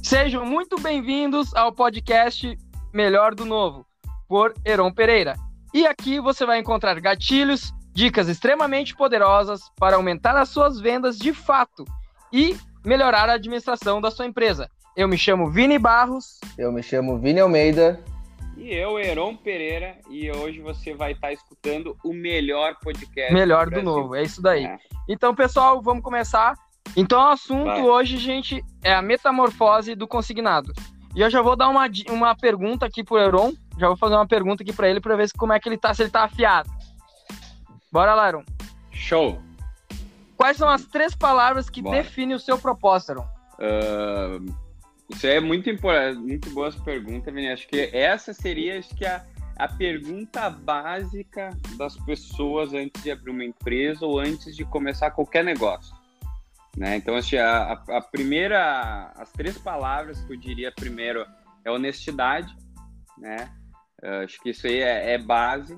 Sejam muito bem-vindos ao podcast Melhor do Novo, por Heron Pereira. E aqui você vai encontrar gatilhos, dicas extremamente poderosas para aumentar as suas vendas de fato e melhorar a administração da sua empresa. Eu me chamo Vini Barros. Eu me chamo Vini Almeida. E eu, Heron Pereira, e hoje você vai estar escutando o melhor podcast Melhor do Novo, é isso daí. Então, pessoal, vamos começar. Então, o assunto hoje, gente, é a metamorfose do consignado. E eu já vou dar uma pergunta aqui pro Heron. Já vou fazer uma pergunta aqui para ele para ver como é que ele tá, se ele tá afiado. Bora lá, Heron. Show! Quais são as 3 palavras que definem o seu propósito, Heron? Isso é muito importante, muito boa essa pergunta, Vini. Acho que essa seria a pergunta básica das pessoas antes de abrir uma empresa ou antes de começar qualquer negócio, né? Então, acho que as 3 palavras que eu diria primeiro é honestidade, né? Acho que isso aí é base,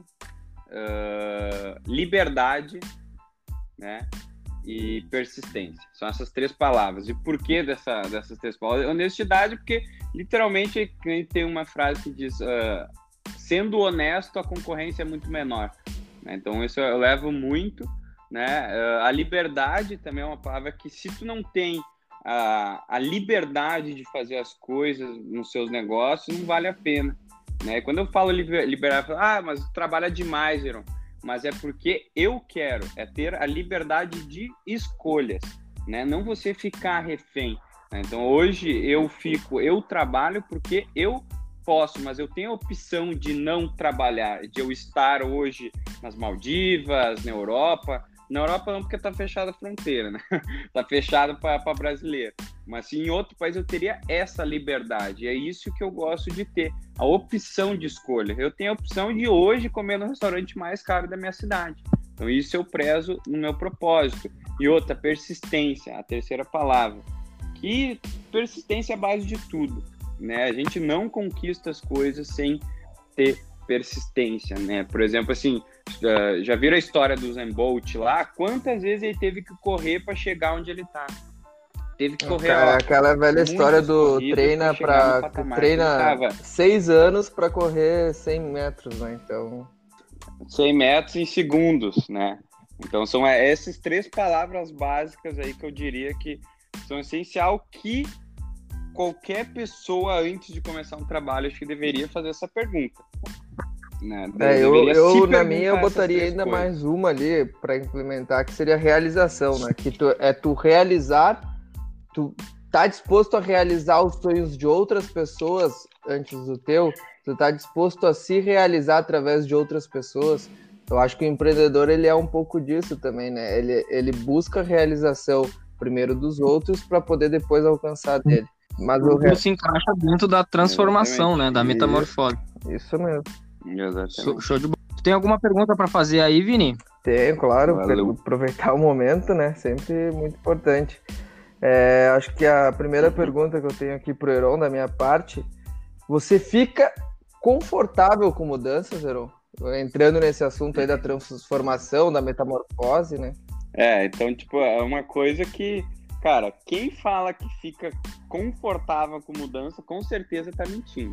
liberdade, né? E persistência. São essas 3 palavras. E por que dessas 3 palavras? Honestidade, porque literalmente tem uma frase que diz sendo honesto, a concorrência é muito menor, né? Então isso eu levo muito, né? A liberdade também é uma palavra que, se tu não tem a liberdade de fazer as coisas nos seus negócios, não vale a pena, né? Quando eu falo liberdade, eu falo, mas trabalha demais, Heron. Mas é porque eu quero, ter a liberdade de escolhas, né? Não você ficar refém, né? Então hoje eu trabalho porque eu posso, mas eu tenho a opção de não trabalhar, de eu estar hoje nas Maldivas, na Europa. Na Europa não, porque tá fechada a fronteira, né? Tá fechada para brasileiro. Mas se em outro país eu teria essa liberdade. E é isso que eu gosto de ter, a opção de escolha. Eu tenho a opção de hoje comer no restaurante mais caro da minha cidade. Então isso eu prezo no meu propósito. E outra, persistência, a 3ª palavra. Que persistência é a base de tudo, né? A gente não conquista as coisas sem ter persistência, né? Por exemplo, assim, já viram a história do Usain Bolt lá? Quantas vezes ele teve que correr para chegar onde ele tá? Teve que correr. Aquela velha história do treina 6 anos para correr 100 metros, né? Então 100 metros em segundos, né? Então são essas 3 palavras básicas aí que eu diria que são essencial, que qualquer pessoa antes de começar um trabalho acho que deveria fazer essa pergunta, né? Eu na minha eu botaria ainda mais uma ali para implementar, que seria a realização, né? Que tu realizar, tu tá disposto a realizar os sonhos de outras pessoas antes do teu, tu tá disposto a se realizar através de outras pessoas. Eu acho que o empreendedor, ele é um pouco disso também, né? Ele busca a realização primeiro dos outros para poder depois alcançar dele. Mas isso se encaixa dentro da transformação, né? Da metamorfose. Isso mesmo. Exatamente. Show de bola. Tem alguma pergunta para fazer aí, Vini? Tenho, claro. Aproveitar o momento, né? Sempre muito importante. Acho que a primeira pergunta que eu tenho aqui pro Heron, da minha parte: você fica confortável com mudanças, Heron? Entrando nesse assunto aí da transformação, da metamorfose, né? Então, tipo, é uma coisa que, cara, quem fala que fica confortável com mudança, com certeza tá mentindo,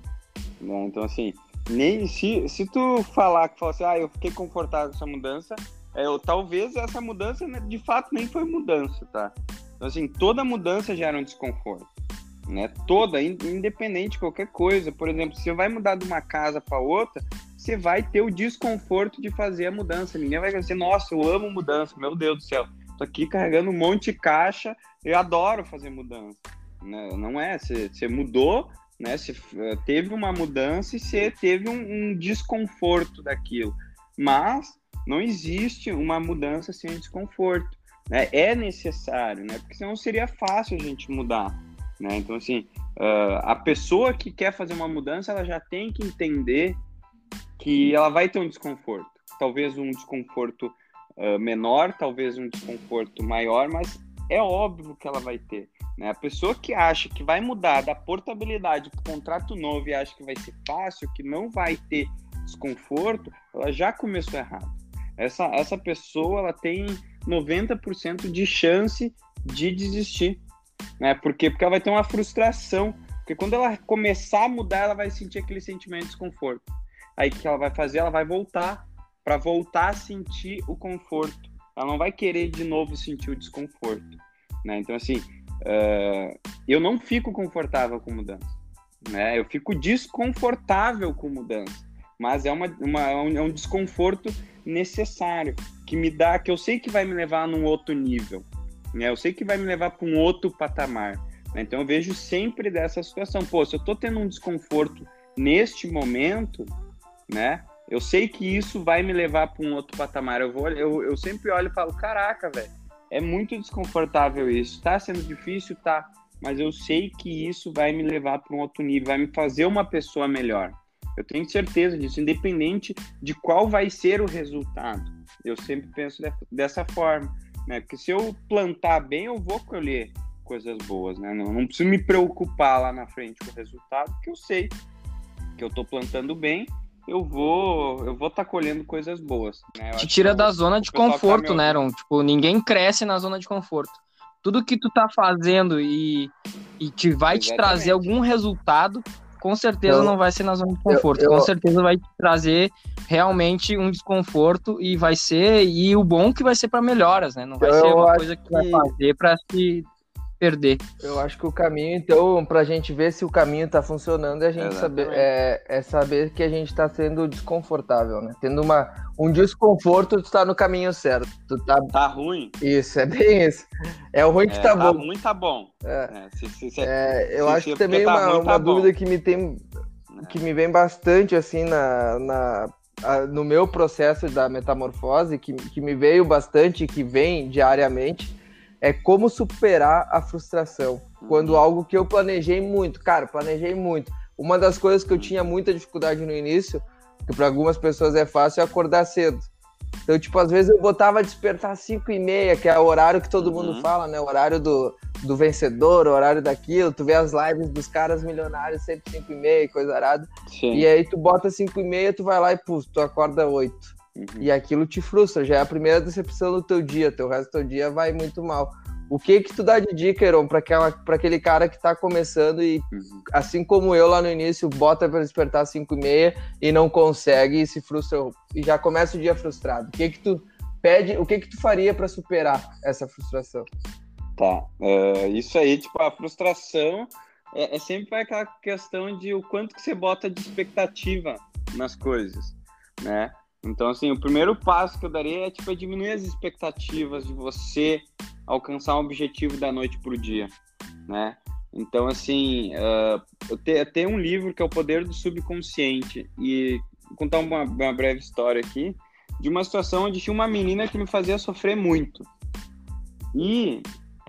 né? Então, assim, nem se tu fala assim, eu fiquei confortável com essa mudança, talvez essa mudança, de fato, nem foi mudança, tá? Então, assim, toda mudança gera um desconforto, né? Toda, independente de qualquer coisa. Por exemplo, se você vai mudar de uma casa para outra, você vai ter o desconforto de fazer a mudança. Ninguém vai dizer, nossa, eu amo mudança, meu Deus do céu, tô aqui carregando um monte de caixa, eu adoro fazer mudança, né? Não é, você mudou, né? Você teve uma mudança e você teve um desconforto daquilo, mas não existe uma mudança sem desconforto, né? É necessário, né? Porque senão seria fácil a gente mudar, né? Então, assim, a pessoa que quer fazer uma mudança, ela já tem que entender que ela vai ter um desconforto, talvez um desconforto menor, talvez um desconforto maior, mas é óbvio que ela vai ter, né? A pessoa que acha que vai mudar da portabilidade para o contrato novo e acha que vai ser fácil, que não vai ter desconforto, ela já começou errado. Essa pessoa, ela tem 90% de chance de desistir, né? Por quê? Porque ela vai ter uma frustração. Porque quando ela começar a mudar, ela vai sentir aquele sentimento de desconforto. Aí o que ela vai fazer? Ela vai voltar para voltar a sentir o conforto. Ela não vai querer de novo sentir o desconforto, né? Então, assim, eu não fico confortável com mudança, né? Eu fico desconfortável com mudança, mas é um desconforto necessário, que eu sei que vai me levar num outro nível, né? Eu sei que vai me levar para um outro patamar, né? Então eu vejo sempre dessa situação. Pô, se eu tô tendo um desconforto neste momento, né? Eu sei que isso vai me levar para um outro patamar. Eu sempre olho e falo, caraca, velho, é muito desconfortável isso. Tá sendo difícil, tá, mas eu sei que isso vai me levar para um outro nível, vai me fazer uma pessoa melhor. Eu tenho certeza disso, independente de qual vai ser o resultado. Eu sempre penso dessa forma, né? Porque se eu plantar bem, eu vou colher coisas boas, né? Não preciso me preocupar lá na frente com o resultado, porque eu sei que eu tô plantando bem, eu vou estar colhendo coisas boas, né? Te tira da zona de conforto, né, Aaron? Tipo, ninguém cresce na zona de conforto. Tudo que tu tá fazendo e vai te trazer algum resultado, com certeza não vai ser na zona de conforto. Com certeza vai te trazer realmente um desconforto e o bom que vai ser para melhoras, né? Não vai ser uma coisa que vai fazer para se perder. Eu acho que o caminho, então, pra gente ver se o caminho tá funcionando, é a gente saber que a gente tá sendo desconfortável, né? Tendo um desconforto, tu tá no caminho certo. Tá ruim. Isso, é bem isso. É o ruim que tá bom. Tá ruim, tá bom. Eu acho que também uma dúvida que me vem bastante, assim, no meu processo da metamorfose, que me veio bastante, que vem diariamente, é como superar a frustração. Quando algo que eu planejei muito. Uma das coisas que eu tinha muita dificuldade no início, que para algumas pessoas é fácil, é acordar cedo. Então, tipo, às vezes eu botava despertar 5h30, que é o horário que todo mundo fala, né? O horário do vencedor, o horário daquilo. Tu vê as lives dos caras milionários sempre 5h30, coisa arada. Sim. E aí tu bota 5h30, tu vai lá e tu acorda 8. E aquilo te frustra, já é a primeira decepção do teu dia, teu resto do teu dia vai muito mal. O que tu dá de dica, Heron, pra aquele cara que tá começando e, assim como eu lá no início, bota pra despertar 5h30 e não consegue e se frustra e já começa o dia frustrado? O que tu pede, o que tu faria pra superar essa frustração? Tá, isso aí, tipo, a frustração é sempre aquela questão de o quanto que você bota de expectativa nas coisas, né? Então, assim, o primeiro passo que eu daria é diminuir as expectativas de você alcançar um objetivo da noite pro dia, né? Então, assim, eu tenho um livro que é O Poder do Subconsciente, e vou contar uma breve história aqui de uma situação onde tinha uma menina que me fazia sofrer muito. E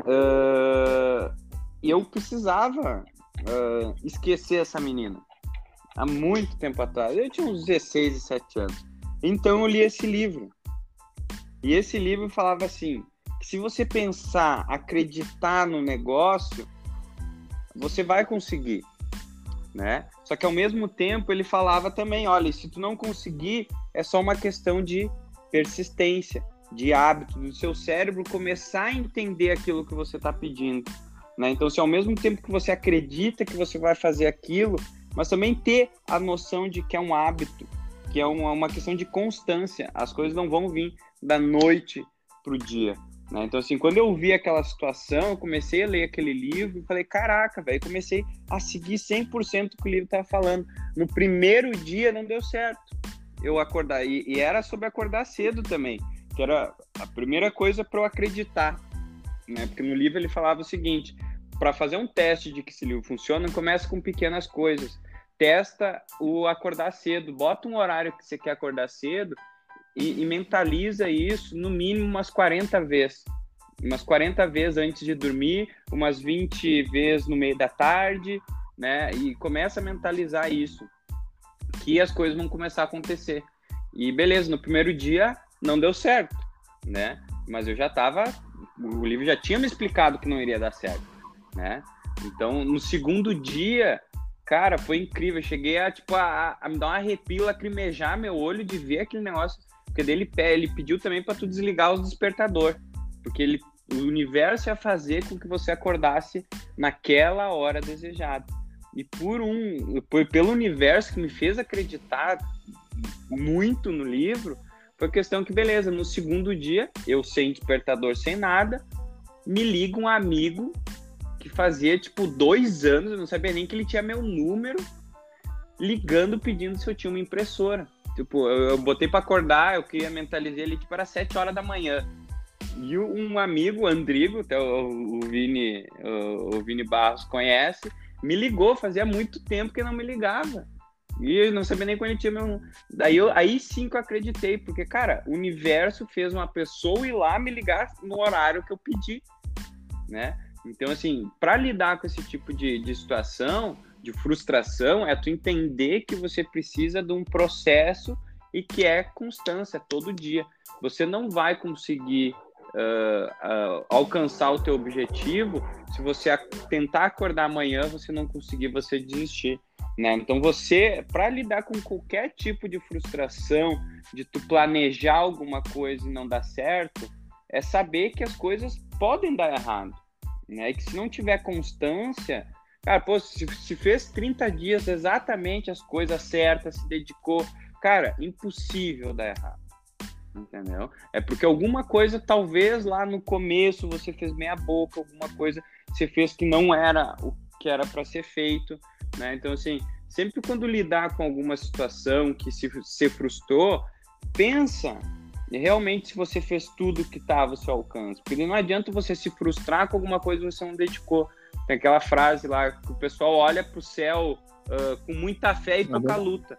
eu precisava esquecer essa menina há muito tempo atrás. Eu tinha uns 16, 17 anos. Então eu li esse livro. E esse livro falava assim, que se você pensar, acreditar no negócio, você vai conseguir, né? Só que ao mesmo tempo ele falava também, olha, se tu não conseguir, é só uma questão de persistência, de hábito, do seu cérebro começar a entender aquilo que você está pedindo, né? Então, se ao mesmo tempo que você acredita que você vai fazer aquilo, mas também ter a noção de que é um hábito, que é uma questão de constância, as coisas não vão vir da noite pro dia, né? Então, assim, quando eu vi aquela situação, eu comecei a ler aquele livro e falei, caraca, velho, comecei a seguir 100% o que o livro estava falando. No primeiro dia não deu certo eu acordar, e era sobre acordar cedo também, que era a primeira coisa para eu acreditar, né? Porque no livro ele falava o seguinte, para fazer um teste de que esse livro funciona, começa com pequenas coisas. Testa o acordar cedo, bota um horário que você quer acordar cedo e mentaliza isso no mínimo umas 40 vezes. Umas 40 vezes antes de dormir, umas 20 vezes no meio da tarde, né? E começa a mentalizar isso, que as coisas vão começar a acontecer. E beleza, no primeiro dia não deu certo, né? Mas o livro já tinha me explicado que não iria dar certo, né? Então, no segundo dia, cara, foi incrível. Eu cheguei a me dar um arrepio, lacrimejar meu olho de ver aquele negócio. Porque daí ele pediu também para tu desligar os despertador. Porque O universo ia fazer com que você acordasse naquela hora desejada. E pelo universo que me fez acreditar muito no livro, foi questão que, beleza, no segundo dia, eu sem despertador, sem nada, me liga um amigo que fazia, 2 anos, eu não sabia nem que ele tinha meu número, ligando, pedindo se eu tinha uma impressora. Eu botei para acordar, eu queria mentalizar ele, era 7 horas da manhã. E um amigo, Andrigo, até o Vini Barros conhece, me ligou, fazia muito tempo que não me ligava. E eu não sabia nem quando ele tinha meu... Aí sim que eu acreditei, porque, cara, o universo fez uma pessoa ir lá me ligar no horário que eu pedi, né? Então, assim, para lidar com esse tipo de situação, de frustração, é tu entender que você precisa de um processo e que é constância, todo dia. Você não vai conseguir alcançar o teu objetivo se você tentar acordar amanhã, você não conseguir, você desistir, né? Então você, para lidar com qualquer tipo de frustração, de tu planejar alguma coisa e não dar certo, é saber que as coisas podem dar errado, né? E que se não tiver constância, cara, se fez 30 dias exatamente as coisas certas, se dedicou, cara, impossível dar errado. Entendeu? É porque alguma coisa, talvez lá no começo você fez meia boca, alguma coisa você fez que não era o que era para ser feito, né? Então, assim, sempre quando lidar com alguma situação que se frustrou, pensa realmente se você fez tudo que estava ao seu alcance, porque não adianta você se frustrar com alguma coisa que você não dedicou. Tem aquela frase lá que o pessoal olha para o céu com muita fé e pouca luta,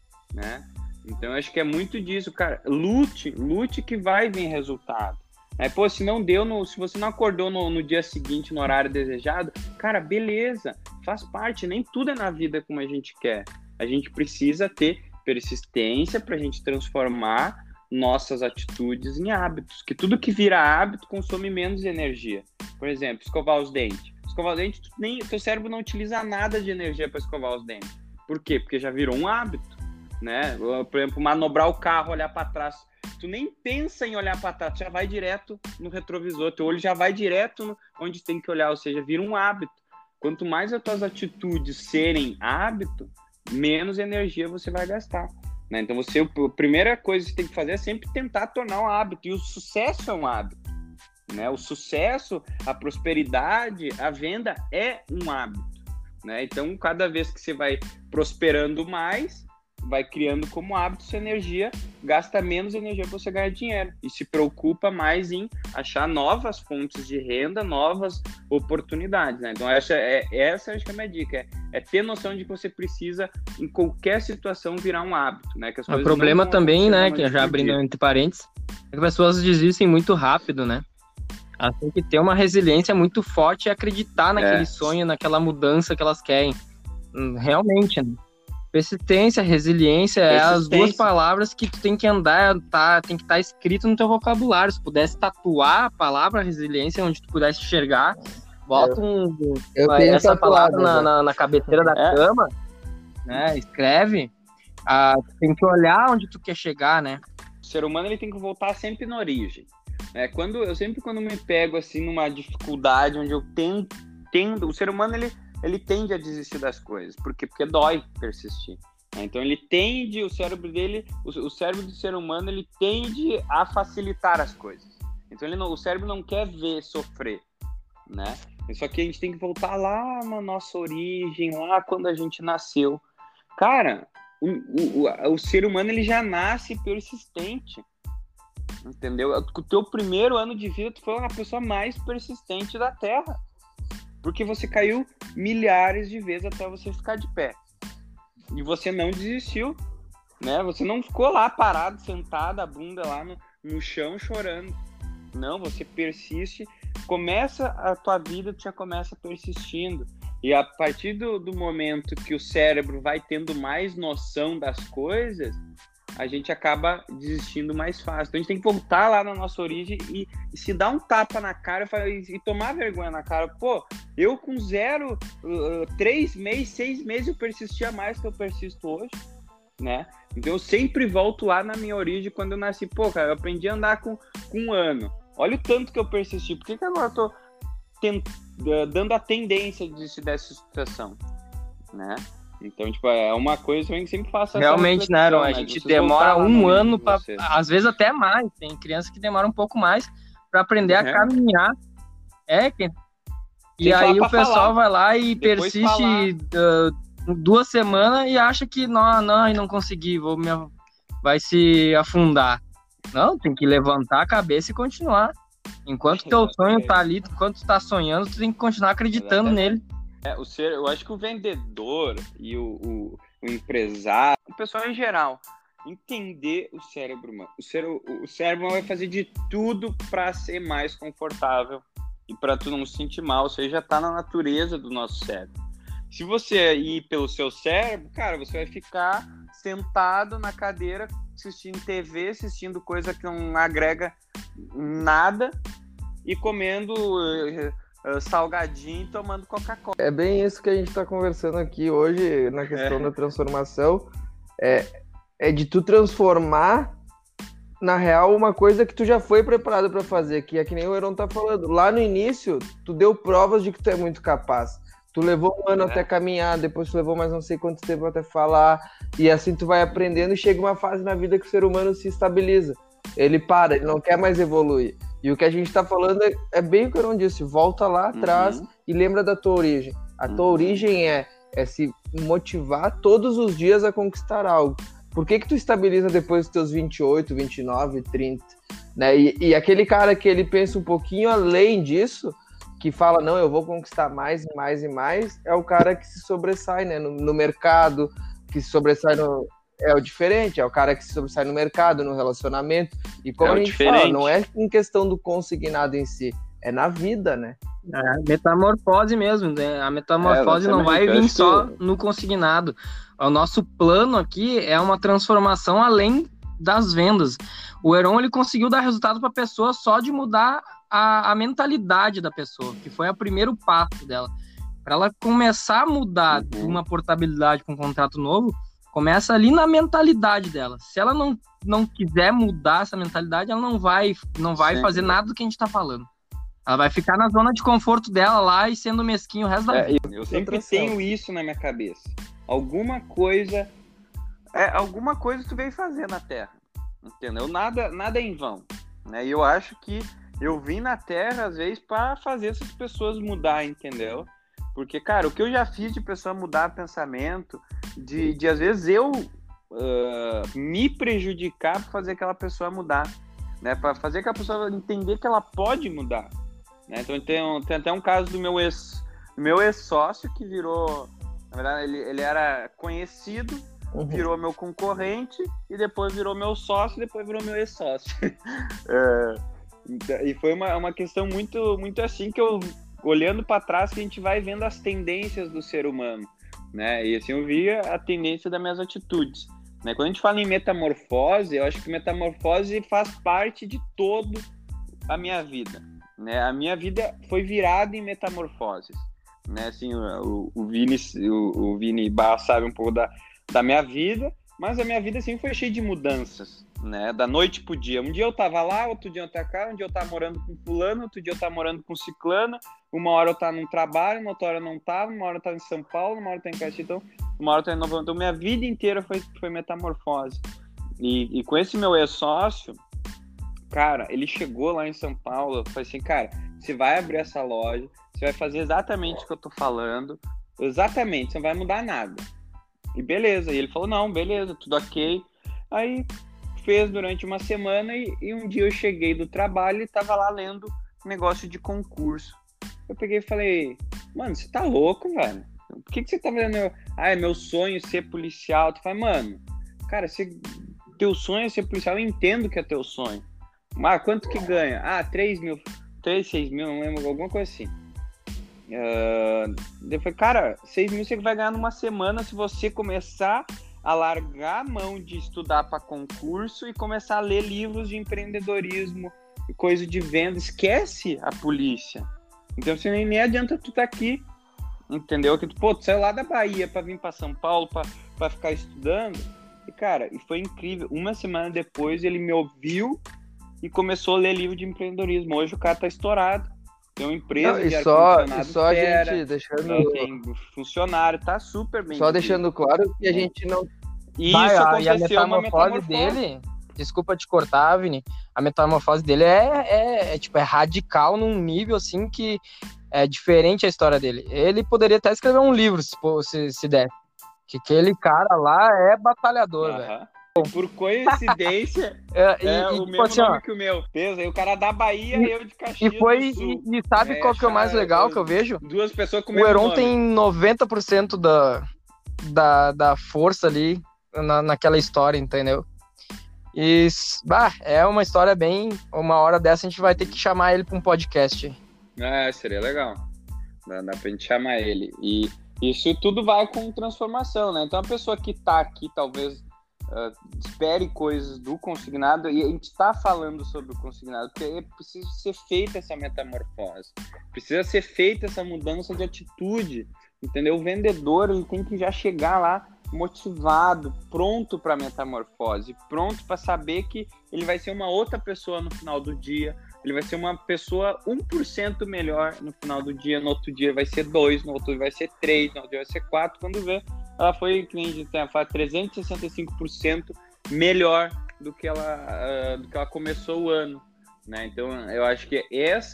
né? Então, eu acho que é muito disso, cara. Lute que vai vir resultado. Se não deu, se você não acordou no dia seguinte, no horário desejado, cara, beleza, faz parte. Nem tudo é na vida como a gente quer. A gente precisa ter persistência para a gente transformar nossas atitudes em hábitos. Que tudo que vira hábito consome menos energia. Por exemplo, escovar os dentes. Escovar os dentes, teu cérebro não utiliza nada de energia para escovar os dentes. Por quê? Porque já virou um hábito. Né? Por exemplo, manobrar o carro, olhar para trás, tu nem pensa em olhar para trás, tu já vai direto no retrovisor, teu olho já vai direto onde tem que olhar, ou seja, vira um hábito. Quanto mais as tuas atitudes serem hábito, menos energia você vai gastar, né? Então a primeira coisa que você tem que fazer é sempre tentar tornar um hábito, e o sucesso é um hábito, né? O sucesso, a prosperidade, a venda é um hábito, né? Então cada vez que você vai prosperando mais, vai criando como hábito sua energia, gasta menos energia para você ganhar dinheiro e se preocupa mais em achar novas fontes de renda, novas oportunidades, né? Então essa acho que é a minha dica, é ter noção de que você precisa em qualquer situação virar um hábito, né? Que as coisas o problema também, né, que já abrindo entre parênteses, é que as pessoas desistem muito rápido, né? Elas têm que ter uma resiliência muito forte e acreditar naquele sonho, naquela mudança que elas querem. Realmente, né? Persistência, resiliência, é as duas palavras que tu tem que andar, tem que estar escrito no teu vocabulário. Se pudesse tatuar a palavra resiliência onde tu pudesse enxergar, bota essa palavra na cabeceira da cama, né? Escreve. Tem que olhar onde tu quer chegar, né? O ser humano ele tem que voltar sempre na origem. Eu sempre quando me pego assim numa dificuldade onde eu tendo, o ser humano ele tende a desistir das coisas. Por quê? Porque dói persistir. Então ele tende, o cérebro dele, o cérebro do ser humano, ele tende a facilitar as coisas. Então o cérebro não quer ver sofrer, né? Só que a gente tem que voltar lá na nossa origem, lá quando a gente nasceu. Cara, o ser humano ele já nasce persistente. Entendeu? O teu primeiro ano de vida, tu foi a pessoa mais persistente da Terra. Porque você caiu milhares de vezes até você ficar de pé. E você não desistiu, né? Você não ficou lá parado, sentado, a bunda lá no chão chorando. Não, você persiste. Começa a tua vida, tu já começa persistindo. E a partir do momento que o cérebro vai tendo mais noção das coisas, a gente acaba desistindo mais fácil. Então a gente tem que voltar lá na nossa origem e se dar um tapa na cara e tomar vergonha na cara. Pô, eu com 3 meses, 6 meses eu persistia mais que eu persisto hoje, né? Então eu sempre volto lá na minha origem quando eu nasci. Pô, cara, eu aprendi a andar com 1 ano. Olha o tanto que eu persisti. Por que agora eu tô dando a tendência dessa situação, né? Então, tipo, é uma coisa que sempre faço essa realmente, né, Aaron? A gente demora um ano, às vezes até mais. Tem crianças que demoram um pouco mais para aprender a caminhar. E aí o pessoal vai lá e persiste 2 semanas e acha que não consegui, vai se afundar. Não, tem que levantar a cabeça e continuar. Enquanto teu sonho tá ali, enquanto tu tá sonhando, tu tem que continuar acreditando nele. Eu acho que o vendedor e o empresário, o pessoal em geral, entender o cérebro humano. O cérebro vai fazer de tudo para ser mais confortável e para tu não se sentir mal. Isso aí já tá na natureza do nosso cérebro. Se você ir pelo seu cérebro, cara, você vai ficar sentado na cadeira assistindo TV, assistindo coisa que não agrega nada e comendo salgadinho e tomando Coca-Cola. É bem isso que a gente está conversando aqui hoje na questão da transformação. É de tu transformar, na real, uma coisa que tu já foi preparado para fazer, que é que nem o Heron tá falando. Lá no início, tu deu provas de que tu é muito capaz. Tu levou um ano até caminhar, depois tu levou mais não sei quanto tempo até falar, e assim tu vai aprendendo e chega uma fase na vida que o ser humano se estabiliza. Ele para, ele não quer mais evoluir. E o que a gente tá falando é bem o que eu não disse, volta lá atrás e lembra da tua origem. A tua origem é se motivar todos os dias a conquistar algo. Por que tu estabiliza depois dos teus 28, 29, 30? Né? E aquele cara que ele pensa um pouquinho além disso, que fala, não, eu vou conquistar mais e mais e mais, é o cara que se sobressai, né, no mercado, que se sobressai é o diferente, é o cara que se sobressai no mercado, no relacionamento, e como a gente fala, não é em questão do consignado em si, é na vida, né? Metamorfose mesmo, né? A metamorfose não vai vir só no consignado. O nosso plano aqui é uma transformação além das vendas. O Heron, ele conseguiu dar resultado para a pessoa só de mudar a mentalidade da pessoa, que foi o primeiro passo dela. Para ela começar a mudar de uma portabilidade para um contrato novo, começa ali na mentalidade dela. Se ela não quiser mudar essa mentalidade, ela não vai fazer nada do que a gente está falando. Ela vai ficar na zona de conforto dela lá e sendo mesquinho o resto da vida. Eu sempre tenho isso na minha cabeça. Alguma coisa tu veio fazer na Terra, entendeu? Nada é em vão, né? E eu acho que eu vim na Terra, às vezes, para fazer essas pessoas mudar, entendeu? Porque, cara, o que eu já fiz de pessoa mudar pensamento, de às vezes eu me prejudicar para fazer aquela pessoa mudar, né? Para fazer aquela pessoa entender que ela pode mudar, né? Então tem até um caso do meu ex-sócio que virou, na verdade, ele era conhecido, virou meu concorrente e depois virou meu sócio, depois virou meu ex-sócio. E foi uma questão muito, muito assim que eu, olhando para trás, que a gente vai vendo as tendências do ser humano, né? E assim eu via a tendência das minhas atitudes, né? Quando a gente fala em metamorfose, eu acho que metamorfose faz parte de toda a minha vida, né? A minha vida foi virada em metamorfoses, né? Assim, o Vini Barra sabe um pouco da minha vida, mas a minha vida sempre foi cheia de mudanças, né? Da noite pro dia. Um dia eu tava lá, outro dia eu tava cá, um dia eu tava morando com fulano, outro dia eu tava morando com ciclano, uma hora eu tava num trabalho, uma outra hora eu não tava, uma hora eu tava em São Paulo, uma hora eu tava em Caxias, uma hora eu tava em Nova York. Então minha vida inteira foi metamorfose. E com esse meu ex-sócio, cara, ele chegou lá em São Paulo, eu falei assim, cara, você vai abrir essa loja, você vai fazer exatamente o que eu tô falando, exatamente, você não vai mudar nada. E beleza, e ele falou, não, beleza, tudo ok. Aí fez durante uma semana e um dia eu cheguei do trabalho e tava lá lendo negócio de concurso. Eu peguei e falei, mano, você tá louco, velho? Por que você tá vendo? É meu sonho ser policial. Tu fala, mano, cara, teu sonho é ser policial, eu entendo que é teu sonho. Mas quanto que ganha? 3 mil, 6 mil, não lembro, alguma coisa assim. Eu falei, cara, 6 mil você vai ganhar numa semana se você começar a largar a mão de estudar para concurso e começar a ler livros de empreendedorismo e coisa de venda. Esquece a polícia. Então você nem adianta tu tá aqui, entendeu? Que tu saiu lá da Bahia para vir para São Paulo para ficar estudando. E cara, e foi incrível. Uma semana depois ele me ouviu e começou a ler livro de empreendedorismo. Hoje o cara tá estourado. Tem uma empresa de ar-condicionado só a gente deixando... Tem funcionário, tá super bem. Só deixando claro que a gente não... Isso aconteceu uma metamorfose dele... Desculpa te cortar, Vini. A metamorfose dele é radical num nível assim que é diferente a história dele. Ele poderia até escrever um livro se der. Que aquele cara lá é batalhador, velho. Por coincidência, o mesmo assim, nome que o meu. Pensa, aí o cara da Bahia e eu de Caxias do Sul. E sabe qual que é o mais legal que eu vejo? Duas pessoas com o mesmo nome. O Heron tem 90% da força ali naquela história, entendeu? E, é uma história bem... Uma hora dessa a gente vai ter que chamar ele para um podcast. Seria legal. Dá pra gente chamar ele. E isso tudo vai com transformação, né? Então a pessoa que tá aqui, talvez espere coisas do consignado, e a gente tá falando sobre o consignado, porque precisa ser feita essa metamorfose. Precisa ser feita essa mudança de atitude, entendeu? O vendedor, ele tem que já chegar lá motivado, pronto para metamorfose, pronto para saber que ele vai ser uma outra pessoa no final do dia, ele vai ser uma pessoa 1% melhor no final do dia, no outro dia vai ser 2, no outro dia vai ser 3, no outro dia vai ser 4, quando vê, ela foi, que nem a gente tem, 365% melhor do que ela começou o ano, né? Então eu acho que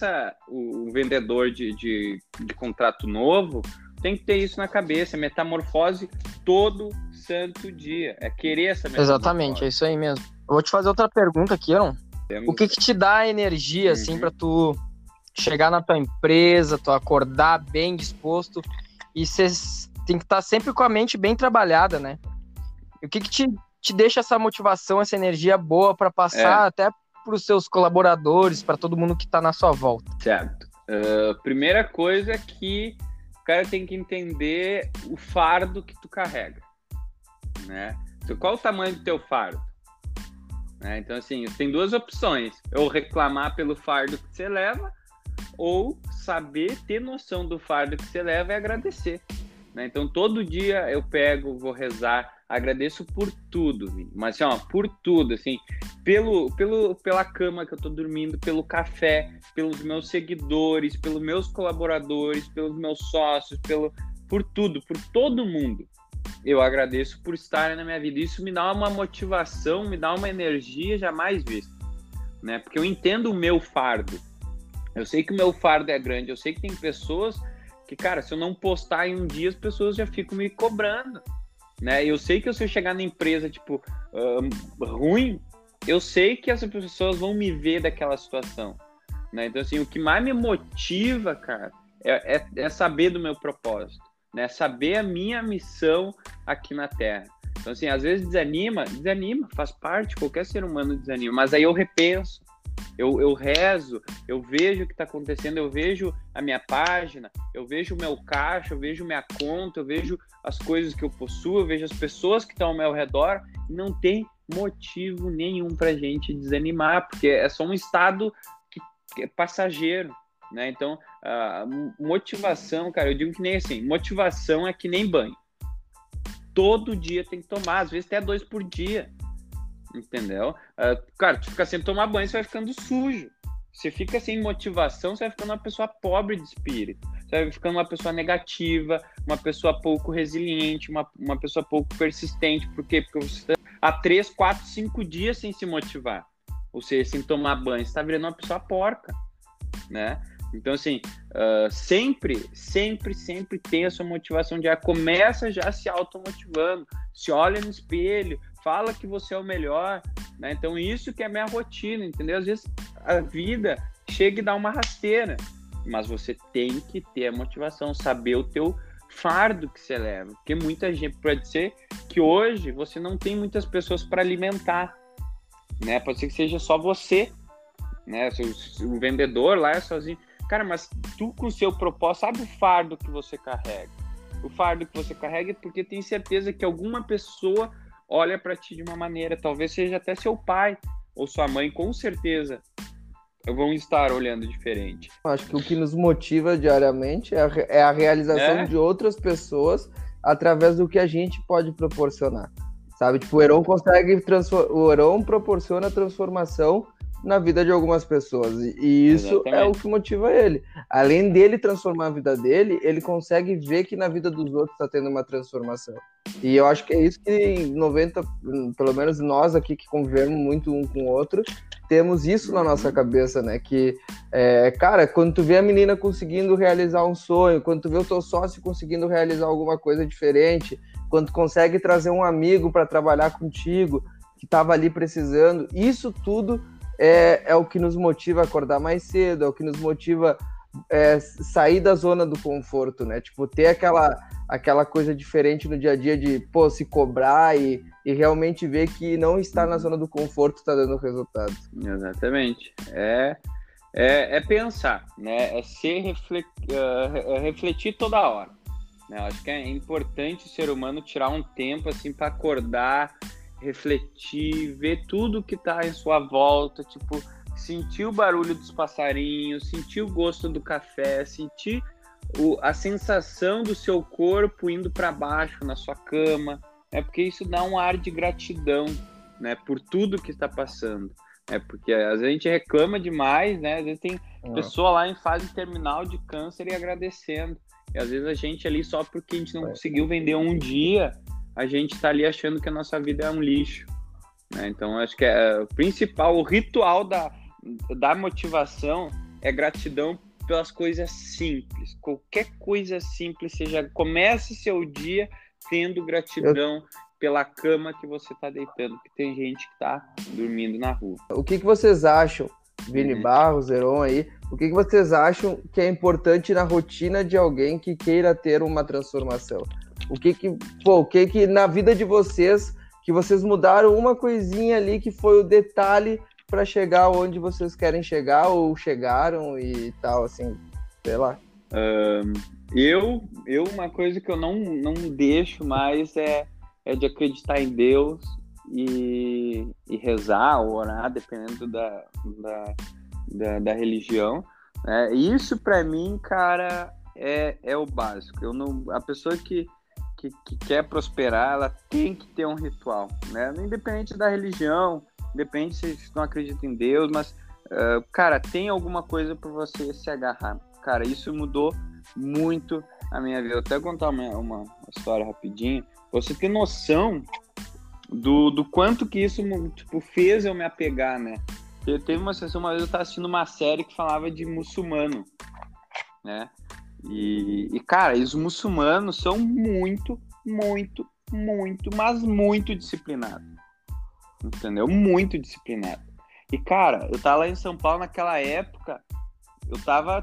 o vendedor de contrato novo tem que ter isso na cabeça, metamorfose todo santo dia, é querer essa metamorfose. Exatamente, é isso aí mesmo. Eu vou te fazer outra pergunta aqui, Heron. O que te dá energia, assim, pra tu chegar na tua empresa, tu acordar bem disposto, e você tem que estar sempre com a mente bem trabalhada, né? E o que te deixa essa motivação, essa energia boa pra passar até pros seus colaboradores, pra todo mundo que tá na sua volta? Certo. Primeira coisa é que o cara tem que entender o fardo que tu carrega, né? Então, qual o tamanho do teu fardo? Então, assim, tem duas opções. Ou reclamar pelo fardo que você leva, ou saber ter noção do fardo que você leva e agradecer, né? Então, todo dia eu pego, vou rezar, agradeço por tudo, mas assim, por tudo, assim, pela cama que eu tô dormindo, pelo café, pelos meus seguidores, pelos meus colaboradores, pelos meus sócios, por tudo, por todo mundo. Eu agradeço por estarem na minha vida. Isso me dá uma motivação, me dá uma energia jamais vista, né? Porque eu entendo o meu fardo. Eu sei que o meu fardo é grande. Eu sei que tem pessoas que, cara, se eu não postar em um dia, as pessoas já ficam me cobrando, né? Eu sei que se eu chegar na empresa, tipo, ruim, eu sei que essas pessoas vão me ver daquela situação, né? Então, assim, o que mais me motiva, cara, é saber do meu propósito, né? Saber a minha missão aqui na Terra. Então, assim, às vezes desanima, faz parte, qualquer ser humano desanima, mas aí eu repenso, eu rezo, eu vejo o que está acontecendo, eu vejo a minha página, eu vejo o meu caixa, eu vejo minha conta, eu vejo as coisas que eu possuo, eu vejo as pessoas que estão ao meu redor, e não tem motivo nenhum pra gente desanimar, porque é só um estado que é passageiro, né? Então, motivação, cara, eu digo que nem assim, motivação é que nem banho. Todo dia tem que tomar, às vezes até 2 por dia, entendeu? Cara, tu fica sem tomar banho, você vai ficando sujo. Você fica sem motivação, você vai ficando uma pessoa pobre de espírito. Você vai ficando uma pessoa negativa, uma pessoa pouco resiliente, uma pessoa pouco persistente. Por quê? Porque você está há 3, 4, 5 dias sem se motivar. Ou seja, sem tomar banho. Você está virando uma pessoa porca, né? Então, assim, sempre tem a sua motivação diária. Começa já se automotivando. Se olha no espelho, fala que você é o melhor, né? Então, isso que é a minha rotina, entendeu? Às vezes a vida chega e dá uma rasteira, mas você tem que ter a motivação, saber o teu fardo que você leva. Porque muita gente, pode ser que hoje você não tem muitas pessoas para alimentar, né? Pode ser que seja só você, né? O vendedor lá é sozinho. Cara, mas tu com o seu propósito, sabe o fardo que você carrega? O fardo que você carrega é porque tem certeza que alguma pessoa olha para ti de uma maneira, talvez seja até seu pai ou sua mãe, com certeza vão estar olhando diferente. Acho que o que nos motiva diariamente é a realização de outras pessoas através do que a gente pode proporcionar, sabe? Tipo, o Heron proporciona transformação na vida de algumas pessoas. E isso Exatamente. É o que motiva ele. Além dele transformar a vida dele, ele consegue ver que na vida dos outros está tendo uma transformação. E eu acho que é isso que 90, pelo menos nós aqui que convivemos muito um com o outro, temos isso na nossa cabeça, né? Que, cara, quando tu vê a menina conseguindo realizar um sonho, quando tu vê o teu sócio conseguindo realizar alguma coisa diferente, quando tu consegue trazer um amigo para trabalhar contigo, que estava ali precisando, isso tudo é o que nos motiva a acordar mais cedo, é o que nos motiva sair da zona do conforto, né? Tipo, ter aquela coisa diferente no dia a dia de, pô, se cobrar e realmente ver que não estar na zona do conforto está dando resultado. Exatamente. É pensar, né? É refletir toda hora. Né? Eu acho que é importante o ser humano tirar um tempo assim para acordar, refletir, ver tudo que está em sua volta, tipo, sentir o barulho dos passarinhos, sentir o gosto do café, sentir a sensação do seu corpo indo para baixo na sua cama, porque isso dá um ar de gratidão, né, por tudo que está passando, porque às vezes a gente reclama demais, né, às vezes tem pessoa lá em fase terminal de câncer e agradecendo, e às vezes a gente ali só porque a gente não conseguiu vender um dia, a gente está ali achando que a nossa vida é um lixo, né? Então acho que o principal, o ritual da motivação é gratidão pelas coisas simples, qualquer coisa simples, comece seu dia tendo gratidão pela cama que você está deitando, porque tem gente que está dormindo na rua. O que vocês acham, Vini Barros, Heron aí, o que vocês acham que é importante na rotina de alguém que queira ter uma transformação? O que na vida de vocês, que vocês mudaram uma coisinha ali que foi o detalhe para chegar onde vocês querem chegar ou chegaram e tal, assim, sei lá. Uma coisa que eu não deixo mais é de acreditar em Deus e rezar ou orar, dependendo da religião. Né? Isso, para mim, cara, é o básico. A pessoa que quer prosperar, ela tem que ter um ritual, né? Independente da religião, independente se não acredita em Deus, mas, cara, tem alguma coisa para você se agarrar. Cara, isso mudou muito a minha vida. Vou até contar uma história rapidinho, pra você ter noção do quanto que isso, tipo, fez eu me apegar, né? Teve uma vez eu estava assistindo uma série que falava de muçulmano, né? E, cara, os muçulmanos são muito, muito, muito, mas muito disciplinados. Entendeu? Muito disciplinados. E, cara, eu tava lá em São Paulo naquela época, eu tava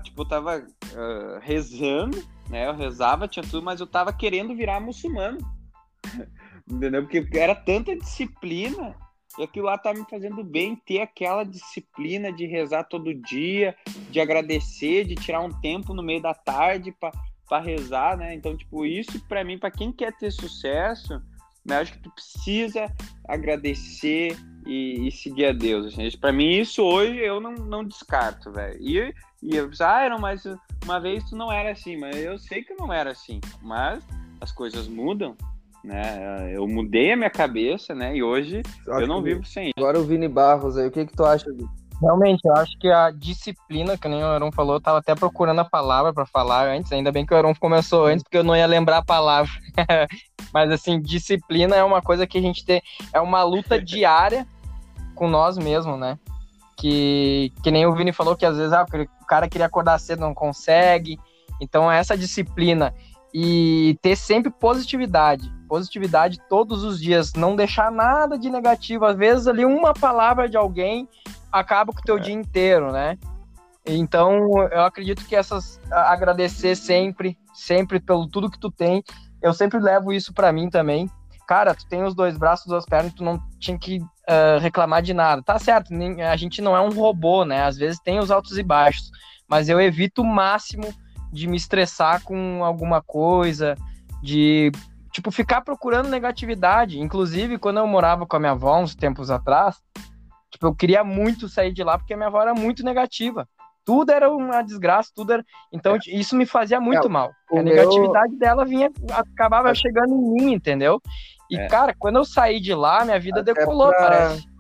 rezando, né? Eu rezava, tinha tudo, mas eu tava querendo virar muçulmano. Entendeu? Porque era tanta disciplina e aquilo lá tá me fazendo bem, ter aquela disciplina de rezar todo dia, de agradecer, de tirar um tempo no meio da tarde para rezar, né? Então, tipo, isso para mim, para quem quer ter sucesso, né, acho que tu precisa agradecer e seguir a Deus. Assim. Para mim, isso hoje eu não descarto, velho. E eu pensei, não, mas uma vez tu não era assim, mas eu sei que não era assim, mas as coisas mudam. Né? Eu mudei a minha cabeça, né? E hoje eu não vivo sem isso. Agora o Vini Barros aí, o que tu acha? Realmente, eu acho que a disciplina, que nem o Heron falou, eu tava até procurando a palavra para falar antes, ainda bem que o Heron começou antes, porque eu não ia lembrar a palavra. Mas assim, disciplina é uma coisa que a gente tem, é uma luta diária com nós mesmos, né? Que nem o Vini falou, que às vezes o cara queria acordar cedo, não consegue. Então essa disciplina e ter sempre positividade todos os dias, não deixar nada de negativo, às vezes ali uma palavra de alguém acaba com o teu dia inteiro, né? Então eu acredito que agradecer sempre pelo tudo que tu tem, eu sempre levo isso pra mim também. Cara, tu tem os 2 braços, 2 pernas, tu não tinha que reclamar de nada, tá certo, a gente não é um robô, né? Às vezes tem os altos e baixos, mas eu evito o máximo de me estressar com alguma coisa, de, tipo, ficar procurando negatividade. Inclusive, quando eu morava com a minha avó, uns tempos atrás, tipo, eu queria muito sair de lá, porque a minha avó era muito negativa. Tudo era uma desgraça, tudo era... Então, isso me fazia muito mal. A negatividade dela acabava chegando em mim, entendeu? E, cara, quando eu saí de lá, minha vida decolou, parece.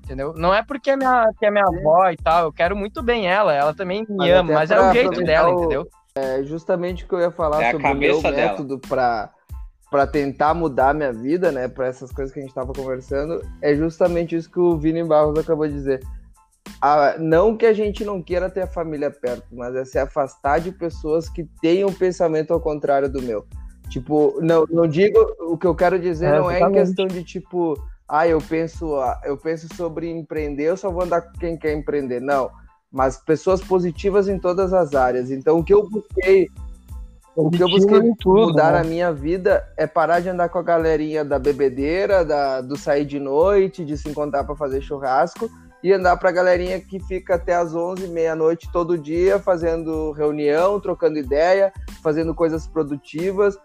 entendeu? Não é porque é minha avó e tal, eu quero muito bem ela também me ama, mas é o jeito dela, entendeu? É justamente o que eu ia falar sobre o meu método para tentar mudar a minha vida, né, para essas coisas que a gente estava conversando, é justamente isso que o Vini Barros acabou de dizer. Não que a gente não queira ter a família perto, mas é se afastar de pessoas que tenham um pensamento ao contrário do meu. Tipo, não digo, o que eu quero dizer não é em questão de tipo, eu penso sobre empreender, eu só vou andar com quem quer empreender. Não, mas pessoas positivas em todas as áreas. Então, o que eu busquei mudar na minha vida é parar de andar com a galerinha da bebedeira, do sair de noite, de se encontrar para fazer churrasco, e andar pra galerinha que fica até as 11, meia-noite todo dia, fazendo reunião, trocando ideia, fazendo coisas produtivas.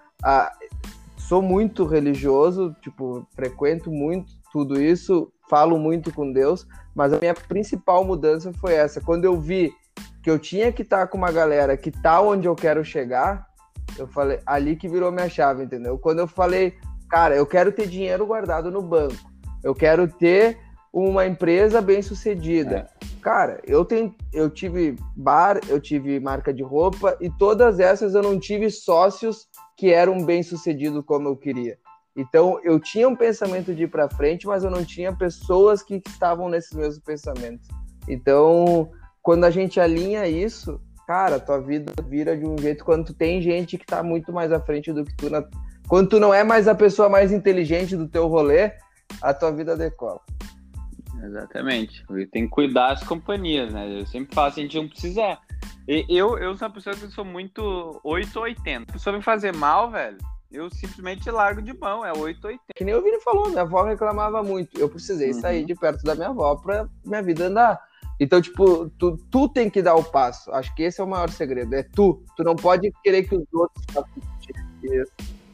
Sou muito religioso, tipo, frequento muito tudo isso, falo muito com Deus, mas a minha principal mudança foi essa. Quando eu vi que eu tinha que estar com uma galera que tá onde eu quero chegar, eu falei, ali que virou minha chave, entendeu? Quando eu falei, cara, eu quero ter dinheiro guardado no banco, eu quero ter uma empresa bem sucedida. Cara, eu tive bar, eu tive marca de roupa, e todas essas eu não tive sócios que eram bem sucedidos como eu queria. Então, eu tinha um pensamento de ir para frente, mas eu não tinha pessoas que estavam nesses mesmos pensamentos. Então, quando a gente alinha isso, cara, a tua vida vira de um jeito, quando tu tem gente que tá muito mais à frente do que tu. Quando tu não é mais a pessoa mais inteligente do teu rolê, a tua vida decola. Exatamente. Tem que cuidar das companhias, né? Eu sempre falo assim, a gente não precisa... Eu sou uma pessoa que sou muito 8 ou 80. Se a pessoa me fazer mal, velho, eu simplesmente largo de mão, é 8 ou 80. Que nem o Vini falou, minha avó reclamava muito. Eu precisei sair de perto da minha avó pra minha vida andar. Então, tipo, tu tem que dar o passo. Acho que esse é o maior segredo, é tu. Tu não pode querer que os outros façam isso.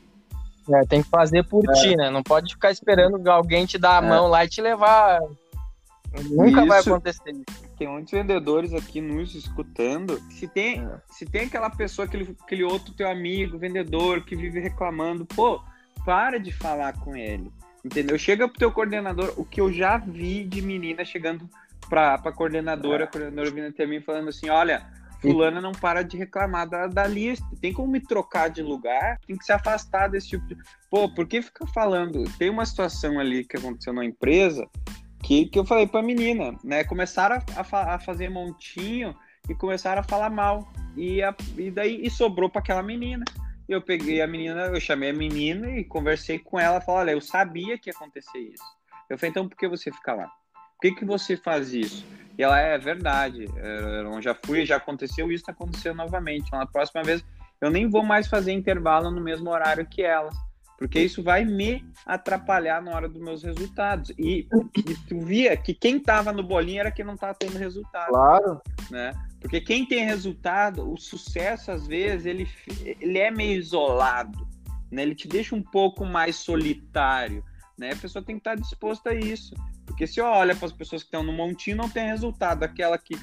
Tem que fazer por ti, né? Não pode ficar esperando alguém te dar a mão lá e te levar. Nunca vai acontecer isso. Tem muitos vendedores aqui nos escutando. Se tem aquela pessoa, aquele outro teu amigo, vendedor, que vive reclamando, pô, para de falar com ele. Entendeu? Chega pro teu coordenador, o que eu já vi de menina chegando pra coordenadora, a coordenadora vindo até mim falando assim, olha, fulana não para de reclamar da lista, tem como me trocar de lugar? Tem que se afastar desse tipo de... Pô, por que fica falando? Tem uma situação ali que aconteceu na empresa que eu falei pra menina, né? Começaram a fazer montinho e começaram a falar mal. E daí sobrou pra aquela menina. Eu peguei a menina, eu chamei a menina e conversei com ela. Falei, olha, eu sabia que ia acontecer isso. Eu falei, então por que você fica lá? Por que você faz isso? E ela, é verdade, eu já fui, já aconteceu isso, aconteceu novamente. Então, na próxima vez, eu nem vou mais fazer intervalo no mesmo horário que elas. Porque isso vai me atrapalhar na hora dos meus resultados. E tu via que quem estava no bolinho era quem não estava tendo resultado. Claro. Né? Porque quem tem resultado, o sucesso, às vezes, ele é meio isolado. Né? Ele te deixa um pouco mais solitário. Né? A pessoa tem que estar disposta a isso. Porque se olha para as pessoas que estão no montinho, não tem resultado. Aquela que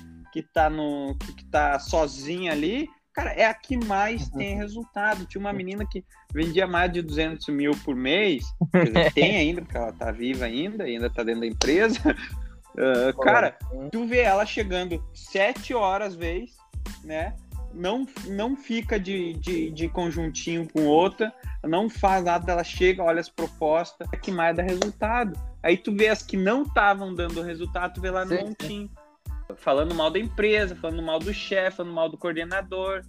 tá sozinha ali... Cara, é a que mais tem resultado. Tinha uma menina que vendia mais de 200 mil por mês. Quer dizer, tem ainda, porque ela tá viva ainda tá dentro da empresa. Cara, tu vê ela chegando 7 horas vez, né? Não fica de conjuntinho com outra, não faz nada, ela chega, olha as propostas, é que mais dá resultado. Aí tu vê as que não estavam dando resultado, tu vê lá no montinho. Falando mal da empresa, falando mal do chefe, falando mal do coordenador.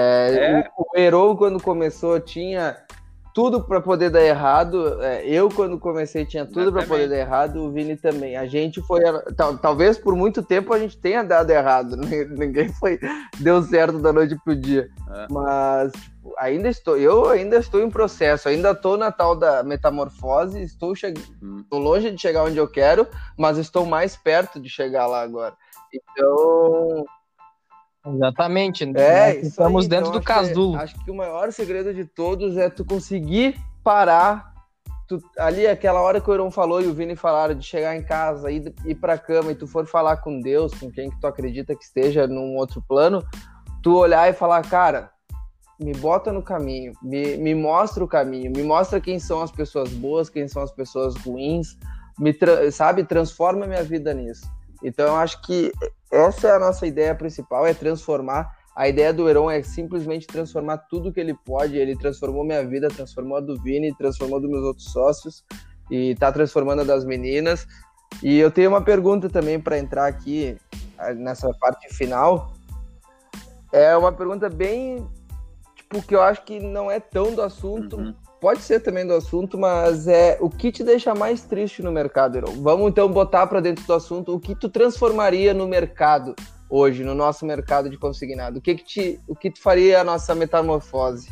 O Herou, quando começou, tinha tudo para poder dar errado. Eu, quando comecei, tinha tudo para poder dar errado. O Vini também. A gente foi... Talvez por muito tempo a gente tenha dado errado. Ninguém deu certo da noite pro dia. Mas tipo, eu ainda estou em processo. Ainda estou na tal da metamorfose. Estou longe de chegar onde eu quero, mas estou mais perto de chegar lá agora. Então... Exatamente, né? Estamos dentro do casulo. Acho que o maior segredo de todos é tu conseguir parar ali, aquela hora que o Heron falou e o Vini falaram de chegar em casa, ir pra cama e tu for falar com Deus, com quem que tu acredita que esteja num outro plano, tu olhar e falar, cara, me bota no caminho, me mostra o caminho, me mostra quem são as pessoas boas, quem são as pessoas ruins, sabe, transforma minha vida nisso. Então eu acho que essa é a nossa ideia principal, é transformar. A ideia do Heron é simplesmente transformar tudo que ele pode. Ele transformou minha vida, transformou a do Vini, transformou dos meus outros sócios e tá transformando a das meninas. E eu tenho uma pergunta também para entrar aqui nessa parte final. É uma pergunta bem, tipo, que eu acho que não é tão do assunto, pode ser também do assunto, mas é o que te deixa mais triste no mercado, Heron? Vamos então botar para dentro do assunto o que tu transformaria no mercado hoje, no nosso mercado de consignado. O que tu faria a nossa metamorfose?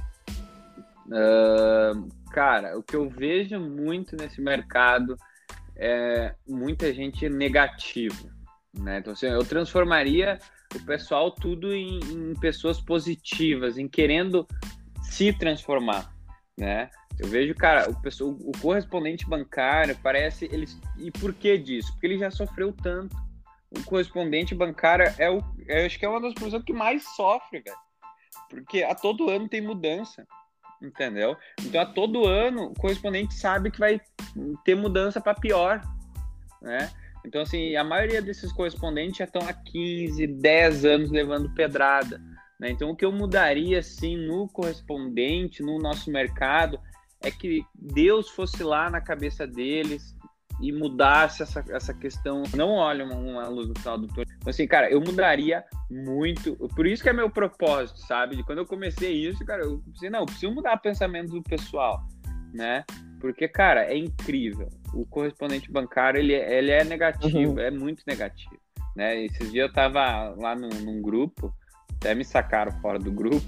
Cara, o que eu vejo muito nesse mercado é muita gente negativa, né? Então, assim, eu transformaria o pessoal tudo em pessoas positivas, em querendo se transformar, né? Eu vejo, cara, o correspondente bancário parece... E por que disso? Porque ele já sofreu tanto. O correspondente bancário eu acho que é uma das profissões que mais sofre, velho. Porque a todo ano tem mudança, entendeu? Então, a todo ano, o correspondente sabe que vai ter mudança para pior, né? Então, assim, a maioria desses correspondentes já estão há 15, 10 anos levando pedrada, né? Então, o que eu mudaria, assim, no correspondente, no nosso mercado, é que Deus fosse lá na cabeça deles e mudasse essa questão. Não olha uma luz no final do túnel. Então, assim, cara, eu mudaria muito. Por isso que é meu propósito, sabe? De quando eu comecei isso, cara, eu pensei, não, eu preciso mudar o pensamento do pessoal, né? Porque, cara, é incrível. O correspondente bancário, ele é negativo, é muito negativo, né? Esses dias eu tava lá num grupo, até me sacaram fora do grupo,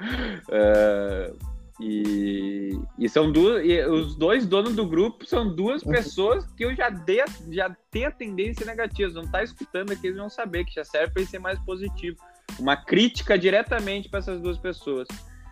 e são duas, e os dois donos do grupo são duas pessoas que eu já tenho a tendência negativa. Não tá escutando aqui, eles vão saber que já serve para ser mais positivo. Uma crítica diretamente para essas duas pessoas.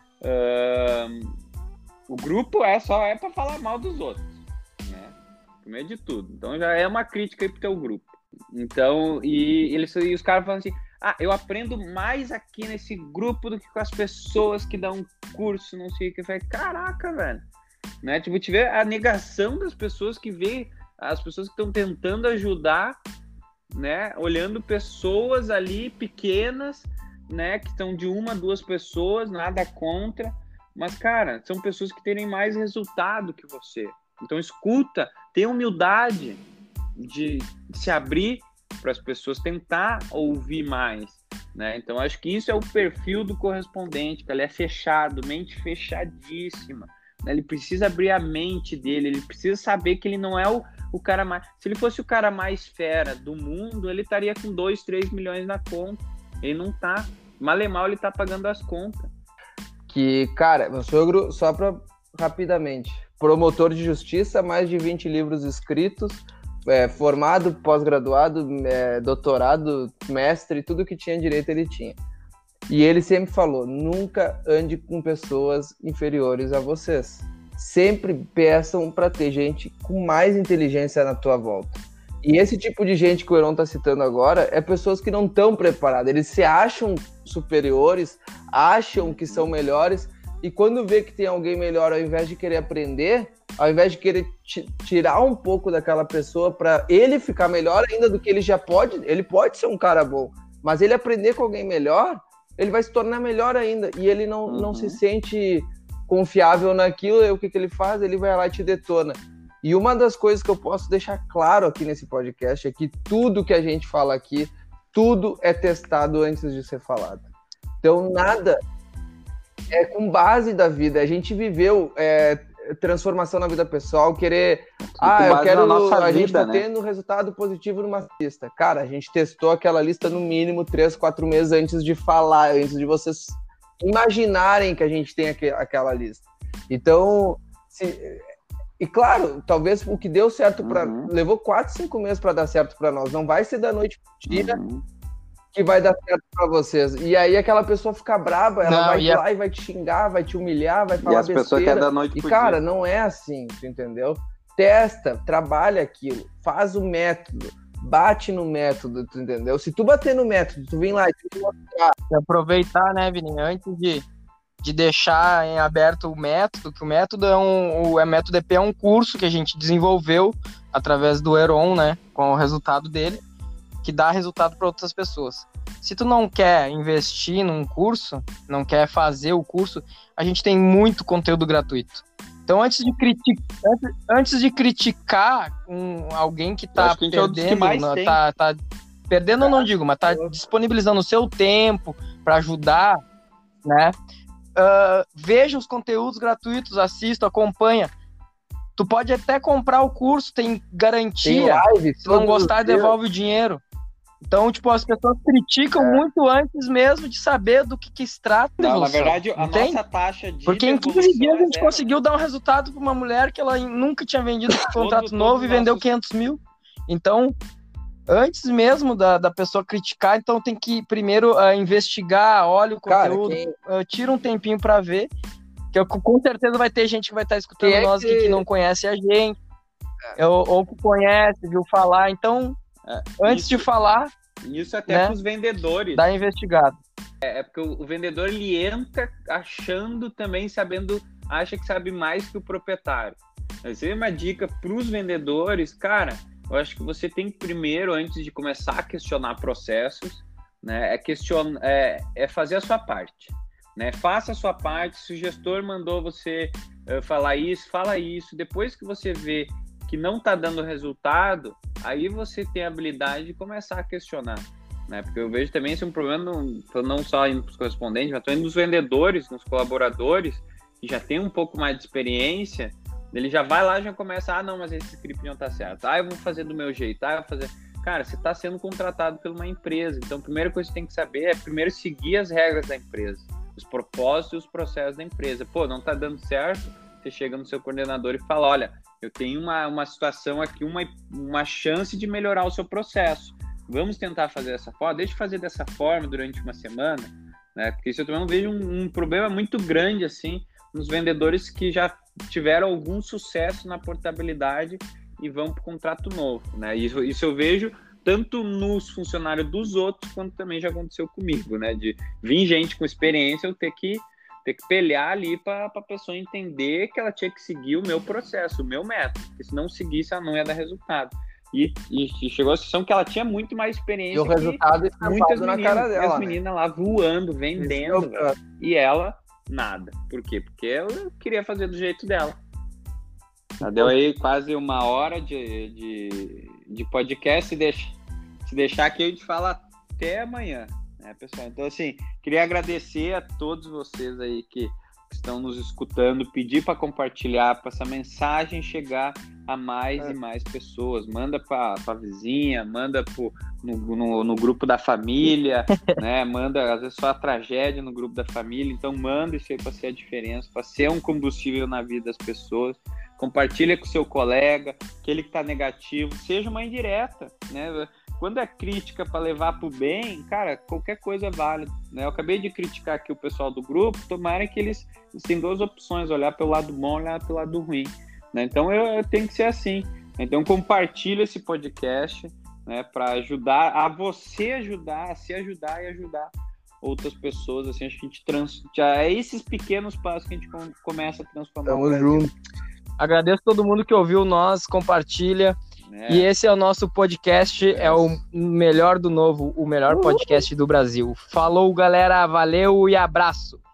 O grupo só para falar mal dos outros, né? Primeiro de tudo. Então já é uma crítica aí pro teu grupo. Então, e os caras falam assim: eu aprendo mais aqui nesse grupo do que com as pessoas que dão curso, não sei o que. Eu falei, caraca, velho. Né? Tipo, tiver a negação das pessoas que vê, as pessoas que estão tentando ajudar, né? Olhando pessoas ali pequenas, né? Que estão de 1 a 2 pessoas, nada contra. Mas, cara, são pessoas que terem mais resultado que você. Então, escuta, tenha humildade de se abrir para as pessoas, tentar ouvir mais, né? Então, acho que isso é o perfil do correspondente, que ele é fechado, mente fechadíssima, né? Ele precisa abrir a mente dele, ele precisa saber que ele não é o cara mais... Se ele fosse o cara mais fera do mundo, ele estaria com 2, 3 milhões na conta. Ele não tá. Mal e mal, ele tá pagando as contas. Que, cara, meu sogro, só para rapidamente, promotor de justiça, mais de 20 livros escritos, formado, pós-graduado, doutorado, mestre, tudo que tinha direito ele tinha. E ele sempre falou, nunca ande com pessoas inferiores a vocês. Sempre peçam para ter gente com mais inteligência na tua volta. E esse tipo de gente que o Heron está citando agora é pessoas que não estão preparadas. Eles se acham superiores, acham que são melhores, e quando vê que tem alguém melhor, ao invés de querer aprender, ao invés de querer tirar um pouco daquela pessoa para ele ficar melhor ainda do que ele já pode, ele pode ser um cara bom, mas ele aprender com alguém melhor, ele vai se tornar melhor ainda, e ele não se sente confiável naquilo. E o que ele faz? Ele vai lá e te detona. E uma das coisas que eu posso deixar claro aqui nesse podcast é que tudo que a gente fala aqui, tudo é testado antes de ser falado. Então, nada é com base da vida. A gente viveu transformação na vida pessoal, querer... eu quero... A gente tá tendo resultado positivo numa lista. Cara, a gente testou aquela lista no mínimo 3, 4 meses antes de falar, antes de vocês imaginarem que a gente tem aquela lista. Então, e claro, talvez o que deu certo levou 4, 5 meses para dar certo para nós. Não vai ser da noite pro dia que vai dar certo para vocês. E aí aquela pessoa fica brava, ela vai lá e vai te xingar, vai te humilhar, vai falar besteira. E as pessoas querem da noite pro dia. Não é assim, tu entendeu? Testa, trabalha aquilo, faz o método, bate no método, tu entendeu? Se tu bater no método, tu vem lá e tu mostrar. Aproveitar, né, Vini, antes de de deixar em aberto o método, que o método o método EP é um curso que a gente desenvolveu através do Heron, né, com o resultado dele, que dá resultado para outras pessoas. Se tu não quer investir num curso, não quer fazer o curso, a gente tem muito conteúdo gratuito. Então, antes de criticar alguém que tá perdendo, tá perdendo, eu não digo, mas tá disponibilizando o seu tempo para ajudar, né? Veja os conteúdos gratuitos, assista, acompanha. Tu pode até comprar o curso, tem garantia. Tem live, se não gostar, devolve o dinheiro. Então, tipo, as pessoas criticam muito antes mesmo de saber do que se trata. Não, na verdade, a nossa taxa de Porque em 15 dias a gente conseguiu dar um resultado para uma mulher que ela nunca tinha vendido um contrato novo e vendeu 500 mil. Então, antes mesmo da pessoa criticar, então tem que primeiro investigar, olha o conteúdo, tira um tempinho para ver, que com certeza vai ter gente que vai estar escutando nós aqui que não conhece a gente, ou que conhece, viu falar. Então, antes de falar... Isso até para os vendedores. Dá investigado. É porque o vendedor, ele entra achando também, acha que sabe mais que o proprietário. Mas é uma dica para os vendedores, cara, eu acho que você tem que primeiro, antes de começar a questionar processos, né, é fazer a sua parte. Né? Faça a sua parte. Se o gestor mandou você falar isso, fala isso. Depois que você vê que não está dando resultado, aí você tem a habilidade de começar a questionar. Né? Porque eu vejo também esse é um problema não só indo para os correspondentes, mas também nos vendedores, nos colaboradores, que já tem um pouco mais de experiência. Ele já vai lá e já começa, não, mas esse script não tá certo. Eu vou fazer do meu jeito, eu vou fazer... Cara, você está sendo contratado por uma empresa, então a primeira coisa que você tem que saber é primeiro seguir as regras da empresa, os propósitos e os processos da empresa. Pô, não tá dando certo, você chega no seu coordenador e fala, olha, eu tenho uma situação aqui, uma chance de melhorar o seu processo. Vamos tentar fazer dessa forma? Deixa eu fazer dessa forma durante uma semana, né? Porque isso eu também vejo um problema muito grande, assim, nos vendedores que já tiveram algum sucesso na portabilidade e vão para o contrato novo, né? Isso eu vejo tanto nos funcionários dos outros, quanto também já aconteceu comigo, né? De vir gente com experiência, eu ter que pelear ali para a pessoa entender que ela tinha que seguir o meu processo, o meu método, porque se não seguisse, ela não ia dar resultado. E chegou a situação que ela tinha muito mais experiência. E o resultado muitas na cara dela. As meninas lá voando, vendendo, e ela nada. Por quê? Porque ela queria fazer do jeito dela. Já deu aí quase 1 hora de podcast. Se deixar aqui, a gente fala até amanhã, né, pessoal? Então, assim, queria agradecer a todos vocês aí que estão nos escutando, pedir para compartilhar, para essa mensagem chegar a mais e mais pessoas. Manda para a vizinha, manda no grupo da família, né? Manda, às vezes, só a tragédia no grupo da família. Então, manda isso aí para ser a diferença, para ser um combustível na vida das pessoas. Compartilha com o seu colega, aquele que está negativo, seja uma indireta, né? Quando é crítica para levar para o bem, cara, qualquer coisa é válida, né? Eu acabei de criticar aqui o pessoal do grupo, tomara que eles têm 2 opções, olhar pelo lado bom, olhar pelo lado ruim, né? Então eu tenho que ser assim. Então compartilha esse podcast, né, para ajudar a você a se ajudar e ajudar outras pessoas. Assim, acho que a gente é esses pequenos passos que a gente começa a transformar. Tamo junto. Agradeço todo mundo que ouviu nós, compartilha. E esse é o nosso podcast, é o melhor do novo, o melhor podcast do Brasil. Falou, galera, valeu e abraço!